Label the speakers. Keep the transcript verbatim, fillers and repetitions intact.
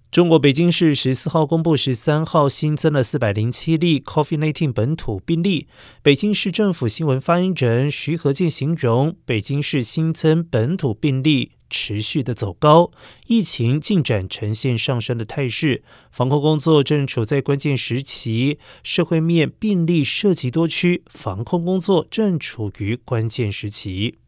Speaker 1: 中国北京市十四号公布，十三号新增了四百零七例 COVID 十九 本土病例。北京市政府新闻发言人徐和建形容，北京市新增本土病例持续的走高，疫情进展呈现上升的态势，防控工作正处在关键时期，社会面病例涉及多区，防控工作正处于关键时期。